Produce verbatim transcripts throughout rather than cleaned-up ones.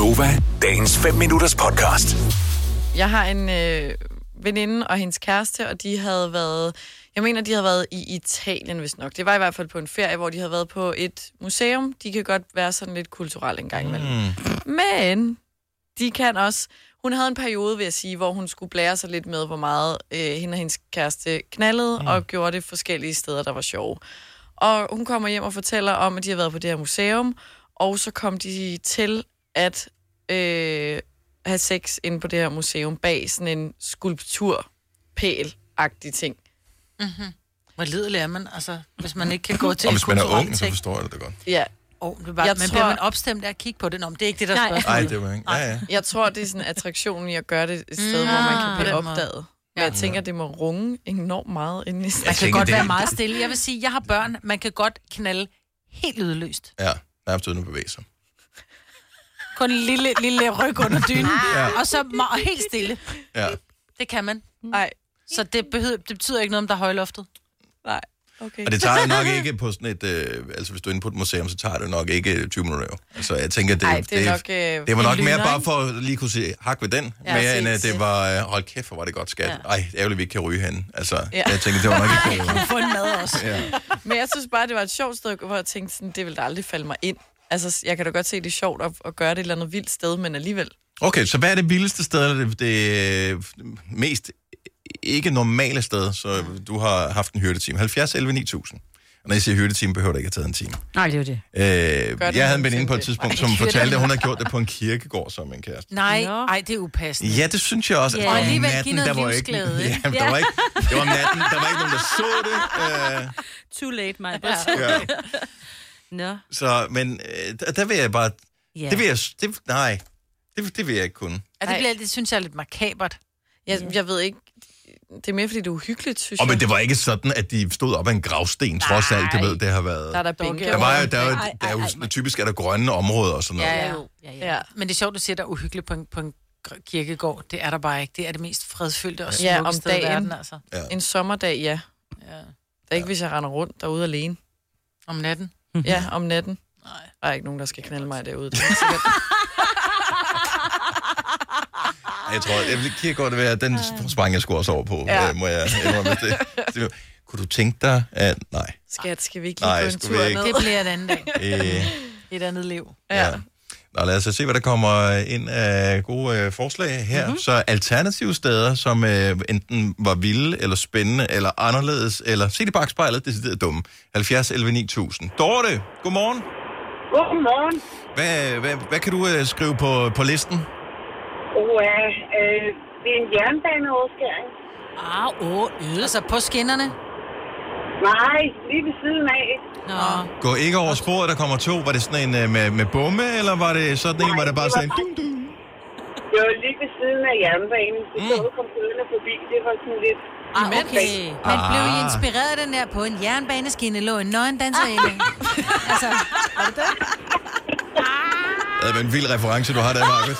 Gonova, dagens fem minutters podcast. Jeg har en øh, veninde og hendes kæreste, og de havde været... Jeg mener, de havde været i Italien, hvis nok. Det var i hvert fald på en ferie, hvor de havde været på et museum. De kan godt være sådan lidt kulturelle en gang imellem. Mm. Men de kan også... Hun havde en periode, vil jeg sige, hvor hun skulle blære sig lidt med, hvor meget øh, hende og hendes kæreste knaldede, mm. og gjorde det forskellige steder, der var sjove. Og hun kommer hjem og fortæller om, at de har været på det her museum, og så kom de til at øh, have sex inde på det her museum bag sådan en skulpturpæl-agtig ting. Mm-hmm. Hvor lidelig er man, altså, hvis man ikke kan gå til og hvis man er ung, ting. så forstår jeg det godt. Ja. Oh, det bare, men tror... bliver man opstemt af at kigge på det? Nå, det er ikke det, der spørger. Nej, det var ikke. Ja, ja. Jeg tror, det er sådan attraktionen i at gøre det et sted, mm, hvor man kan blive opdaget. Men jeg tænker, det må runge enormt meget inden i stedet. Man kan tænker, godt være meget stille. Jeg vil sige, jeg har børn. Man kan godt knalde helt lydløst. Ja, nærmest uden at bevæge sig. Kun en lille, lille ryg under dynen. Ja. Og så og helt stille. Ja. Det kan man. Nej. Så det, behøver, det betyder ikke noget, om der er højloftet? Nej. Okay. Og det tager jo nok ikke på sådan et... Øh, altså, hvis du er inde på et museum, så tager det nok ikke tyve minutter. Altså, jeg tænker, det, Ej, det, det, nok, øh, det var nok mere bare for at lige kunne sige hak ved den, ja, mere end at det var... Øh, hold kæft, hvor var det godt, skat. Ja. Ej, ærgerligt, vi ikke kan ryge henne. Altså, ja. Jeg tænker, det var nok ikke... Du få en mad også. Ja. Men jeg synes bare, det var et sjovt sted, hvor jeg tænkte, sådan, det ville da aldrig falde mig ind. Altså, jeg kan da godt se, det er sjovt at, at gøre det et eller andet vildt sted, men alligevel... Okay, så hvad er det vildeste sted, eller det, det mest ikke normale sted, så du har haft en hyrdetime? halvfjerds elleve ni tusind. Og når jeg siger hyrdetime, behøver det ikke at have taget en time. Nej, det er det. Øh, jeg havde en veninde på et tidspunkt, som fortalte, at hun havde gjort det på en kirkegård som en kæreste. Nej, ej, det er upassende. Ja, det synes jeg også. Yeah. Og alligevel give noget livsglæde, ikke? Ja, der var ikke, det var om natten, der var ikke nogen, der så det. Uh, Too late, my ja. ja. No. Så, men øh, der, der vil jeg bare... Yeah. Det vil jeg... Det, nej, det, det vil jeg ikke kunne. Ja, det, bliver, det synes jeg er lidt makabert. Jeg, jeg ved ikke... Det er mere, fordi det er uhyggeligt, synes jeg. Og men det var ikke sådan, at de stod op ad en gravsten, trods alt, det ved, det har været... Der er der bænke. Der var jo, der er jo, der er jo sådan, typisk er der grønne områder og sådan noget. Ja, ja. ja, ja. ja. Men det er sjovt, at sige, at der er uhyggeligt på en, på en kirkegård. Det er der bare ikke. Det er det mest fredfyldte og smukke ja, om sted i verden, altså. Ja. En sommerdag, ja. ja. Det er ikke, hvis jeg render rundt derude alene. Om natten? Ja, om natten. Nej. Der er ikke nogen, der skal knalde mig derude. Det er sikkert. Jeg tror, det kan godt være, at den sprang jeg sgu også over på, ja. øh, må jeg indrømme det. det. Kunne du tænke dig, at nej. Skat, skal vi ikke lige nej, gå en tur ned? Det bliver et andet dag. Øh, et andet liv. Ja. ja. Nå, lad os se, hvad der kommer ind af gode øh, forslag her. Mm-hmm. Så alternative steder, som øh, enten var vilde, eller spændende, eller anderledes, eller se det bagspejlet, det er dumme. halvfjerds elleve ni tusind. Dorte, godmorgen. Godmorgen. Hvad, hvad, hvad kan du øh, skrive på, på listen? Oh, uh, uh, det er en jernbaneoverskæring. Ah, åh, øh. Altså på skinnerne? Nej, lige ved siden af. Nå. Gå ikke over sporet, der kommer to. Var det sådan en uh, med, med bomme, eller var det sådan en, Nej, var det bare det sådan en... Dum, dum. Det var lige ved siden af jernbanen. Så mm. toget kom kørende forbi. Det var sådan lidt... Ah, okay. Men ah. blev I inspireret af den der på en jernbaneskinne, lå en nøgen danserinde? altså, var det det? Det er en vild reference, du har der, Marcus.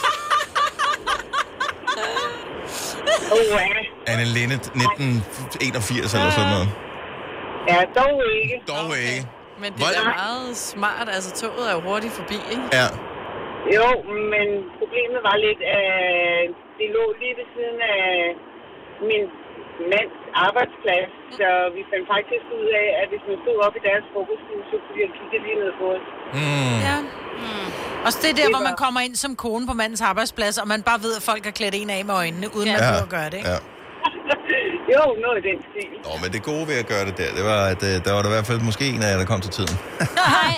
Oh, Anne Linnet, nitten enogfirs eller sådan noget. Ja, dog ikke. Dog okay. ikke. Men det er meget smart. Altså, toget er jo hurtigt forbi, ikke? Ja. Jo, men problemet var lidt, at det lå lige ved siden af min mands arbejdsplads. Så vi fandt faktisk ud af, at hvis man stod op i deres frokoststue, så kunne de kigge lige ned på os. Mm. Ja. Mm. Og så det er der, det hvor man kommer ind som kone på mandens arbejdsplads, og man bare ved, at folk har klædt en af med øjnene, uden ja. man prøver at gøre det, ikke? Ja. Jo, noget i den stil. Nå, men det gode ved at gøre det der, det var, at der var der i hvert fald måske en af jer, der kom til tiden. Nej.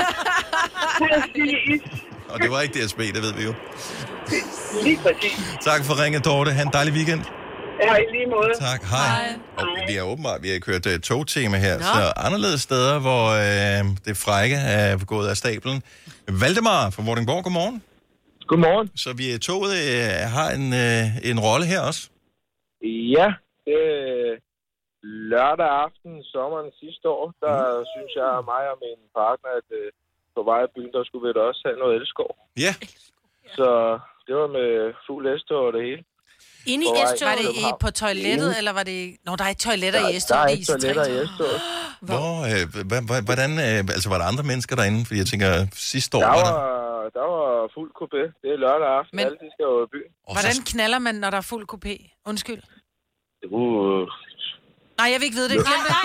Og det var ikke D S B, det ved vi jo. Lige præcis. Tak for ringet, Dorte. Ha' en dejlig weekend. Ja, i lige måde. Tak, hej. hej. Og vi er åbenbart, vi har kørt uh, togtema her, Nå. så anderledes steder, hvor uh, det frække er gået af stablen. Valdemar fra Vordingborg, godmorgen. Godmorgen. Så vi i toget uh, har en, uh, en rolle her også? Ja, det lørdag aften sommeren sidste år, der mm. synes jeg, mig og min partner, at uh, på vej af byen, der skulle vi da også have noget elskov. Ja. Så det var med fuld S-tog og det hele. Inde i S-toget? Var det i, på toilettet, eller var det... Nå, der er ikke toiletter der, i S-toget. Der er ikke toiletter i S-toget. Hvor, øh, hvordan, øh, altså var der andre mennesker derinde? Fordi jeg tænker, sidste år der var der... Der var fuld coupé. Det er lørdag aften, Men- alle de skal jo i byen. Hvordan knaller man, når der er fuld coupé? Undskyld. Uh, Nej, jeg vil ikke vide det. Glem det.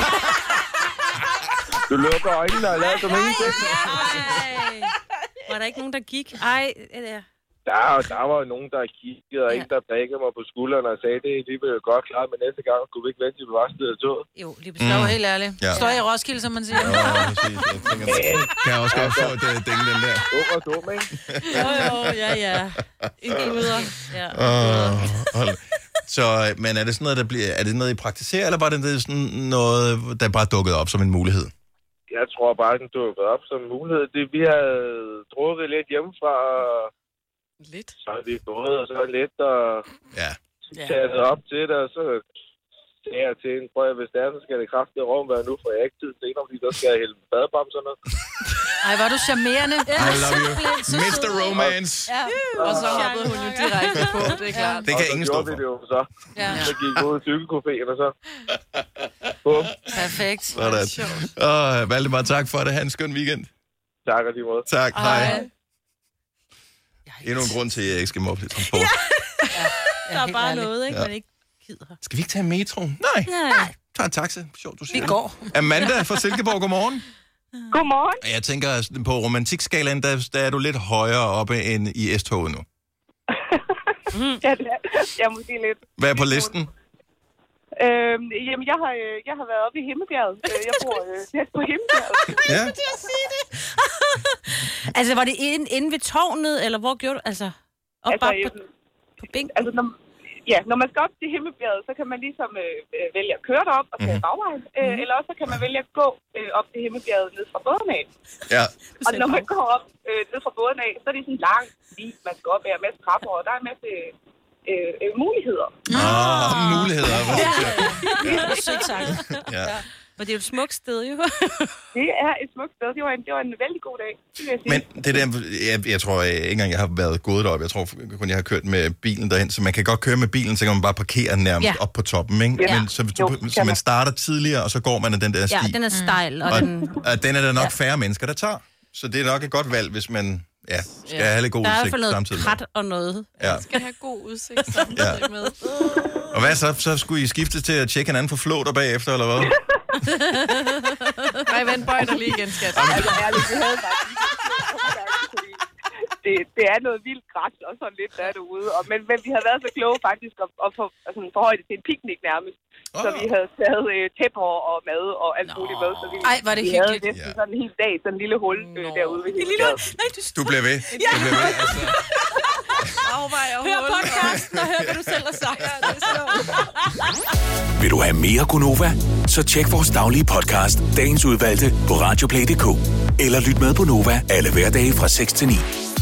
du lukker øjnene og lader som ingenting. Ej. Var der ikke nogen, der gik? Ej, ja. Der, der var jo nogen, der kiggede, og ja. en, der prikkede mig på skulderen og sagde, det er alligevel godt klart, men næste gang skulle vi ikke vente til vi var stedet af toget. Jo, lige Det er jo helt ærligt. Ja. Står i Roskilde, som man siger. Åh, præcis. Jeg tænker, kan jeg også godt få det ding, den der. Dum og dum, ikke? Jo, jo, ja, ja. En guder. Ja. Åh, hold. Så, men er det sådan noget, der bliver, er det noget, I praktiserer, eller var det sådan noget, der bare dukkede op som en mulighed? Jeg tror bare, den dukkede op som en mulighed. Det, vi havde drukket lidt hjemmefra, og Lidt. så er vi gået, og så er lidt, og Ja. taget op til det, og så sagde jeg til en, prøv at hvis det er, så skal det kraftigt rum være nu, for jeg har ikke tid til en, fordi der skal jeg hælde badebamser og noget. Ej, var du charmerende. I love you. mister Romance. Ja. Og så hoppede hun jo direkte på, det er klart. Det kan og så ingen stå gjorde vi for. det jo så. Ja. Så gik vi ud i cykelcaféen, og så... Bum. Perfekt. Sådan. Åh, Valdemar, tak for det. Ha' en skøn weekend. Tak og lige måde. Tak. Hej. Ej. Endnu en grund til, at jeg ikke skal med offentlig transport. Der er bare noget, ikke? Ja. Man ikke gider. Skal vi ikke tage metroen? Nej. Ja. Nej. Tag en taxa. Sjovt, du siger Vi det. går. Amanda fra Silkeborg, godmorgen. Godmorgen. Jeg tænker, på romantikskalaen, der, der er du lidt højere oppe end i S-toget nu. Ja, det er, jeg er måske lidt. Hvad er på listen? Øhm, jamen, jeg har, øh, jeg har været oppe i Himmelbjerget. Øh, Jeg bor øh, tæt på Himmelbjerget. Ja. Altså, var det inde, inde ved tårnet, eller hvor gjorde du? Altså, op Altså, bare på, øhm, på bænken? altså når, ja, når man skal op til Himmelbjerget, så kan man ligesom øh, øh, vælge at køre derop og tage Mhm. bagvejen. Øh, eller også så kan man vælge at gå øh, op til Himmelbjerget ned fra båden af. Ja. Og når man går op øh, ned fra båden af, så er det sådan en lang sti, man skal op af, en masse trapper, og der er en masse øh, øh, muligheder. Åh, muligheder. Ja, det er sødt sagt. Ja. Men det er jo et smukt sted, jo. Det er et smukt sted. Det var en, det var en vældig god dag, det vil jeg sige. Men det der, jeg, jeg tror jeg, ikke engang, jeg har været gået derop. Jeg tror kun, jeg har kørt med bilen derhen. Så man kan godt køre med bilen, så kan man bare parkere nærmest Ja. op på toppen, ikke? Ja. Men så, Jo, så, kan så man man. starter tidligere, og så går man ad den der sti. Ja, den er stejl, og og, den... og den er der nok færre mennesker, der tager. Så det er nok et godt valg, hvis man ja, skal Ja. have lidt god Der er i hvert udsigt fald noget samtidig. krat og noget. Ja. Skal have god udsigt samtidig Ja. med. Og hvad så? Så skulle I skifte til at tjekke hinanden for flåter bagefter, eller hvad? Nej, vent, bøj dig lige igen, skat. Altså ærligt, det havde bare fordi det, det er noget vildt græs og sådan lidt, der er derude. Og, men, men vi havde været så kloge faktisk at, at få, altså, forhøje det til en piknik nærmest. Oh. Så vi havde taget øh, tæpper og mad og alt muligt med. Så vi, Ej, var det vi hyggeligt. havde næsten Ja. sådan en hel dag, sådan en lille hul øh, derude ved hele lille Nej, du Du bliver ved. Du bliver ved. Altså. Afvej og hør hul. podcasten og hør, hvad du selv har sagt. Vil du have mere Gunova? Så tjek vores daglige podcast, dagens udvalgte, på radioplay punktum d k. Eller lyt med på Nova alle hverdage fra seks til ni.